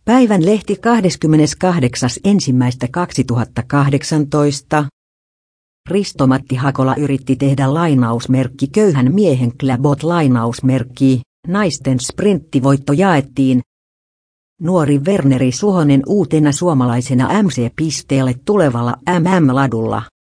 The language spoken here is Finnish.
Päivän lehti 28.1.2018. Risto-Matti Hakola yritti tehdä lainausmerkki köyhän miehen Klabot lainausmerkki, naisten sprinttivoitto jaettiin. Nuori Werneri Suhonen uutena suomalaisena MC-pisteelle tulevalla MM-ladulla.